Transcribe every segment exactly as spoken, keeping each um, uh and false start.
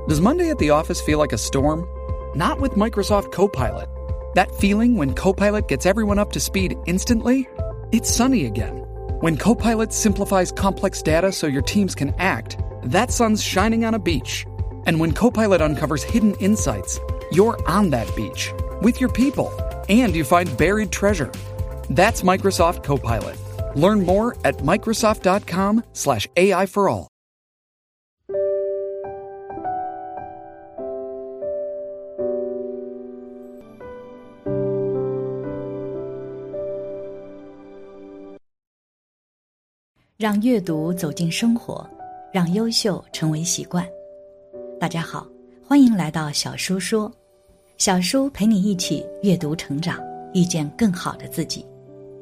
Does Monday at the office feel like a storm? Not with Microsoft Copilot. That feeling when Copilot gets everyone up to speed instantly? It's sunny again. When Copilot simplifies complex data so your teams can act, that sun's shining on a beach. And when Copilot uncovers hidden insights, you're on that beach with your people, and you find buried treasure. That's Microsoft Copilot. Learn more at Microsoft.com slash AI for all. 让阅读走进生活，让优秀成为习惯。大家好，欢迎来到小叔说，小叔陪你一起阅读成长，遇见更好的自己。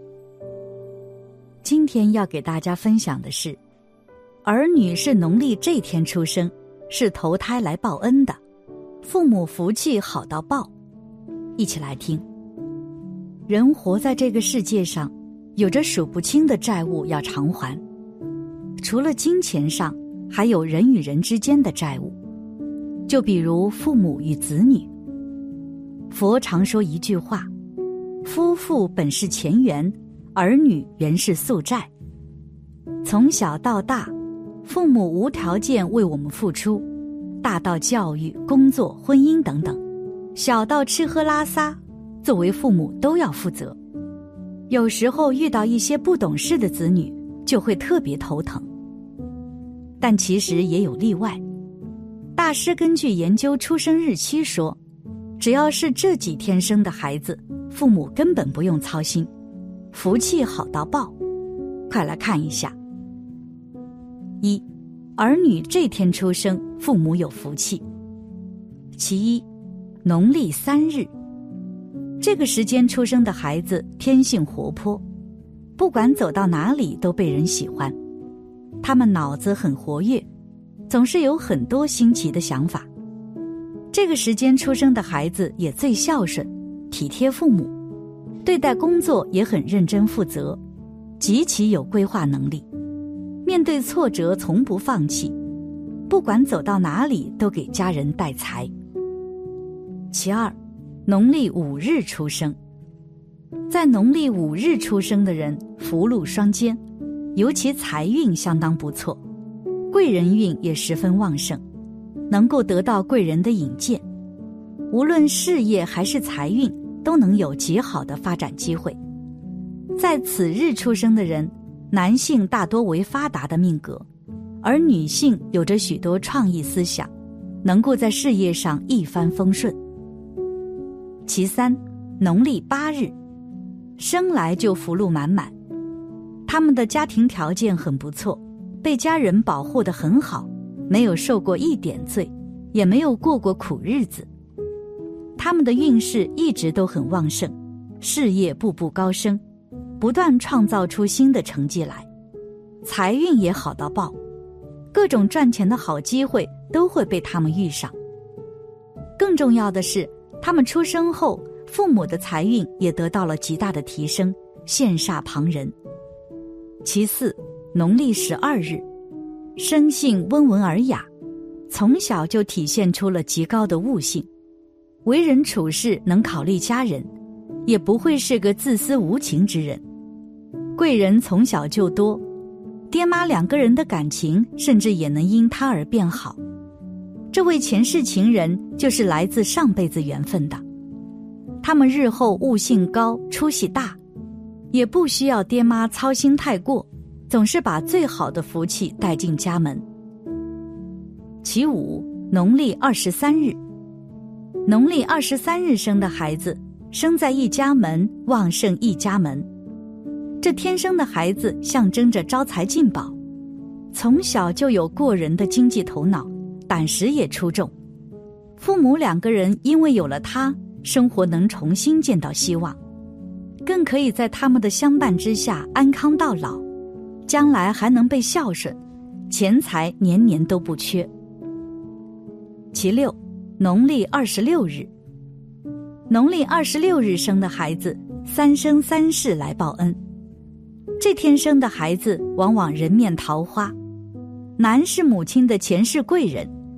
今天要给大家分享的是，儿女是农历这天出生，是投胎来报恩的，父母福气好到爆。一起来听。人活在这个世界上，有着数不清的债务要偿还，除了金钱上，还有人与人之间的债务，就比如父母与子女。佛常说一句话，夫妇本是前缘，儿女原是宿债。从小到大，父母无条件为我们付出，大到教育、工作、婚姻等等，小到吃喝拉撒，作为父母都要负责。有时候遇到一些不懂事的子女，就会特别头疼。但其实也有例外。大师根据研究出生日期说，只要是这几天生的孩子，父母根本不用操心，福气好到爆。快来看一下。一，儿女这天出生，父母有福气。其一，农历三日。这个时间出生的孩子天性活泼，不管走到哪里都被人喜欢。他们脑子很活跃，总是有很多新奇的想法。这个时间出生的孩子也最孝顺，体贴父母，对待工作也很认真负责，极其有规划能力。面对挫折从不放弃，不管走到哪里都给家人带财。其二，农历五日出生。在农历五日出生的人福禄双兼，尤其财运相当不错，贵人运也十分旺盛，能够得到贵人的引荐，无论事业还是财运都能有极好的发展机会。在此日出生的人，男性大多为发达的命格，而女性有着许多创意思想，能够在事业上一帆风顺。其三，农历八日，生来就福禄满满，他们的家庭条件很不错，被家人保护得很好，没有受过一点罪，也没有过过苦日子。他们的运势一直都很旺盛，事业步步高升，不断创造出新的成绩来，财运也好到爆，各种赚钱的好机会都会被他们遇上。更重要的是，他们出生后，父母的财运也得到了极大的提升，羡煞旁人。其四，农历十二日，生性温文尔雅，从小就体现出了极高的悟性，为人处事能考虑家人，也不会是个自私无情之人。贵人从小就多，爹妈两个人的感情甚至也能因他而变好。这位前世情人就是来自上辈子缘分的，他们日后悟性高，出息大，也不需要爹妈操心太过，总是把最好的福气带进家门。其五，农历二十三日。农历二十三日生的孩子，生在一家门，旺盛一家门。这天生的孩子象征着招财进宝，从小就有过人的经济头脑，胆识也出众。父母两个人因为有了他，生活能重新见到希望，更可以在他们的相伴之下安康到老，将来还能被孝顺，钱财年年都不缺。其六，农历二十六日。农历二十六日生的孩子，三生三世来报恩。这天生的孩子往往人面桃花，男是母亲的前世贵人，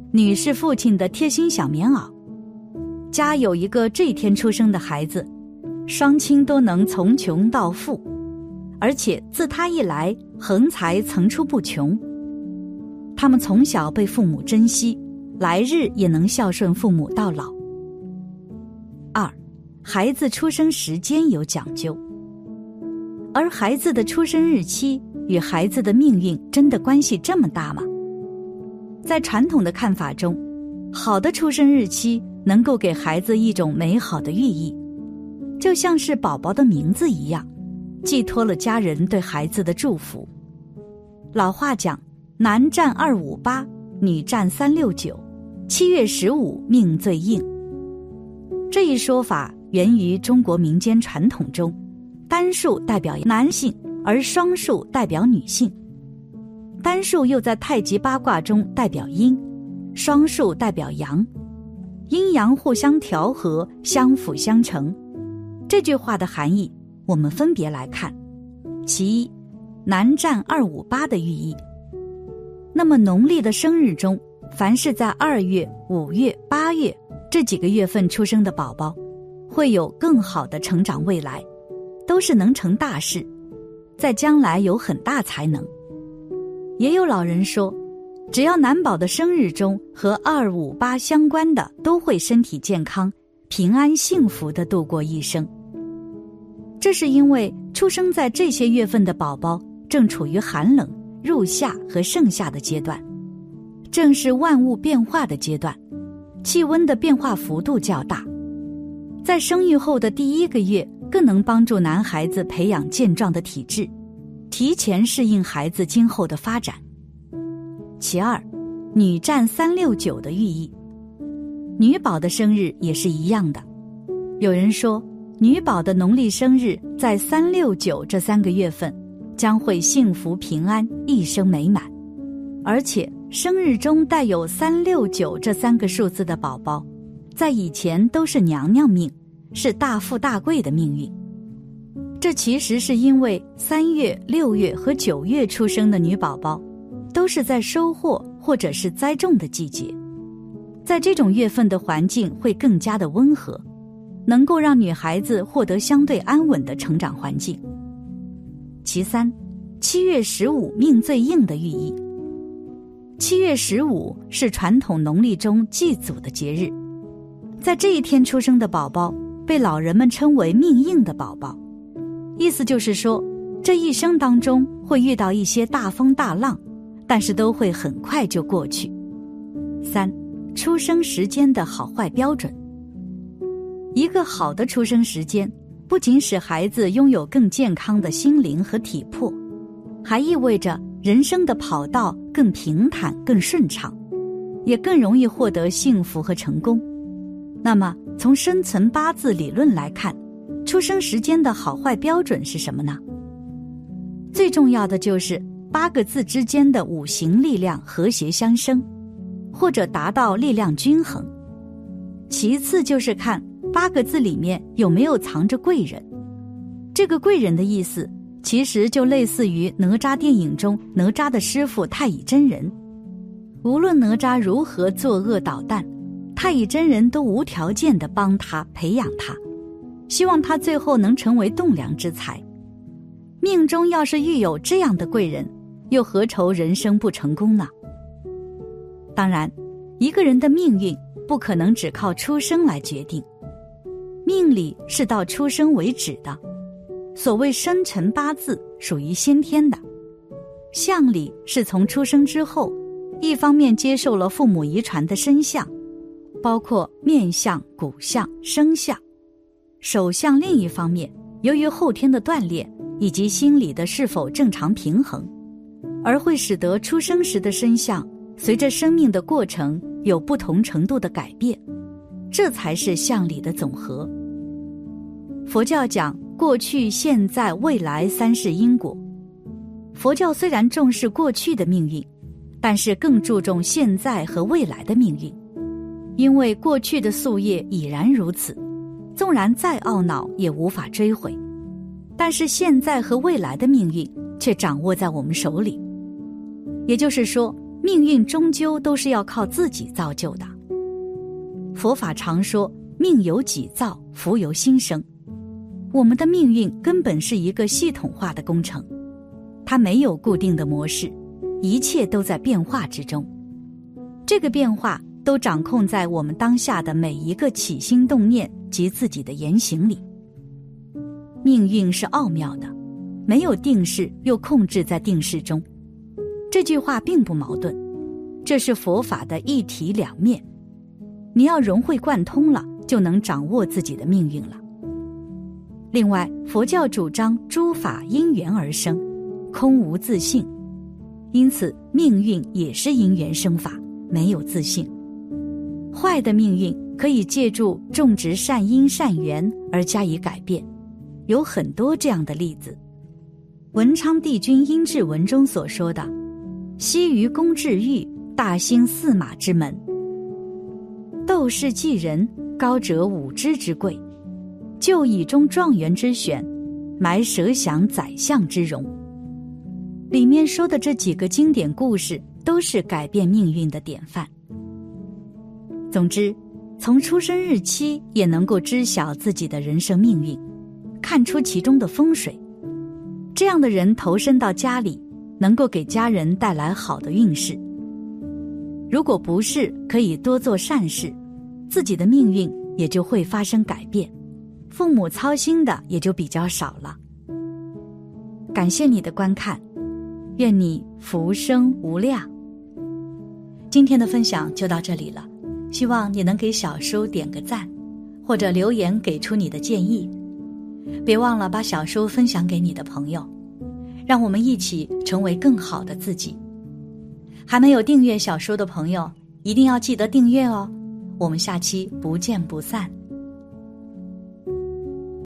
女是父亲的贴心小棉袄。家有一个这天出生的孩子，双亲都能从穷到富，而且自他一来，横财层出不穷。他们从小被父母珍惜，来日也能孝顺父母到老。二，孩子出生时间有讲究。而孩子的出生日期与孩子的命运真的关系这么大吗？在传统的看法中，好的出生日期能够给孩子一种美好的寓意，就像是宝宝的名字一样，寄托了家人对孩子的祝福。老话讲，男占二五八，女占三六九，七月十五命最硬。这一说法源于中国民间传统中，单数代表男性，而双数代表女性。单数又在太极八卦中代表阴，双数代表阳，阴阳互相调和，相辅相成。这句话的含义我们分别来看。其一，男占二五八的寓意。那么农历的生日中，凡是在二月、五月、八月这几个月份出生的宝宝，会有更好的成长未来，都是能成大事，在将来有很大才能。也有老人说，只要男宝的生日中和二五八相关的，都会身体健康，平安幸福地度过一生。这是因为出生在这些月份的宝宝正处于寒冷、入夏和盛夏的阶段，正是万物变化的阶段，气温的变化幅度较大。在生育后的第一个月，更能帮助男孩子培养健壮的体质，提前适应孩子今后的发展。其二，女占三六九的寓意。女宝的生日也是一样的。有人说，女宝的农历生日在三六九这三个月份，将会幸福平安，一生美满。而且生日中带有三六九这三个数字的宝宝，在以前都是娘娘命，是大富大贵的命运。这其实是因为三月、六月和九月出生的女宝宝，都是在收获或者是栽种的季节，在这种月份的环境会更加的温和，能够让女孩子获得相对安稳的成长环境。其三，七月十五命最硬的寓意。七月十五是传统农历中祭祖的节日，在这一天出生的宝宝被老人们称为命硬的宝宝，意思就是说，这一生当中会遇到一些大风大浪，但是都会很快就过去。三，出生时间的好坏标准。一个好的出生时间，不仅使孩子拥有更健康的心灵和体魄，还意味着人生的跑道更平坦、更顺畅，也更容易获得幸福和成功。那么，从生辰八字理论来看，出生时间的好坏标准是什么呢？最重要的就是八个字之间的五行力量和谐相生，或者达到力量均衡。其次就是看八个字里面有没有藏着贵人。这个贵人的意思，其实就类似于哪吒电影中哪吒的师父太乙真人。无论哪吒如何作恶捣蛋，太乙真人都无条件地帮他培养他，希望他最后能成为栋梁之才。命中要是遇有这样的贵人，又何愁人生不成功呢？当然，一个人的命运不可能只靠出生来决定，命理是到出生为止的。所谓生辰八字属于先天的，相理是从出生之后，一方面接受了父母遗传的身相，包括面相、骨相、生相；手相另一方面，由于后天的锻炼以及心理的是否正常平衡，而会使得出生时的身相随着生命的过程有不同程度的改变，这才是相理的总和。佛教讲过去、现在、未来三世因果。佛教虽然重视过去的命运，但是更注重现在和未来的命运，因为过去的夙业已然如此，纵然再懊恼也无法追回，但是现在和未来的命运却掌握在我们手里。也就是说，命命运终究都是要靠自己造就的。佛法常说命由己造，福由心生。我们的命运根本是一个系统化的工程，它没有固定的模式，一切都在变化之中。这个变化都掌控在我们当下的每一个起心动念及自己的言行里。命运是奥妙的，没有定式又控制在定式中。这句话并不矛盾，这是佛法的一体两面。你要融会贯通了，就能掌握自己的命运了。另外，佛教主张诸法因缘而生，空无自性，因此命运也是因缘生法，没有自性。坏的命运可以借助种植善因善缘而加以改变，有很多这样的例子。文昌帝君阴骘文中所说的西于公至玉，大兴驷马之门，斗士济人，高者五之之贵，就以中状元之选，埋蛇降宰相之荣。里面说的这几个经典故事都是改变命运的典范。总之，从出生日期也能够知晓自己的人生命运，看出其中的风水。这样的人投身到家里，能够给家人带来好的运势。如果不是，可以多做善事，自己的命运也就会发生改变，父母操心的也就比较少了。感谢你的观看，愿你福生无量。今天的分享就到这里了，希望你能给小叔点个赞，或者留言给出你的建议。别忘了把小叔分享给你的朋友，让我们一起成为更好的自己。还没有订阅小叔的朋友，一定要记得订阅哦。我们下期不见不散。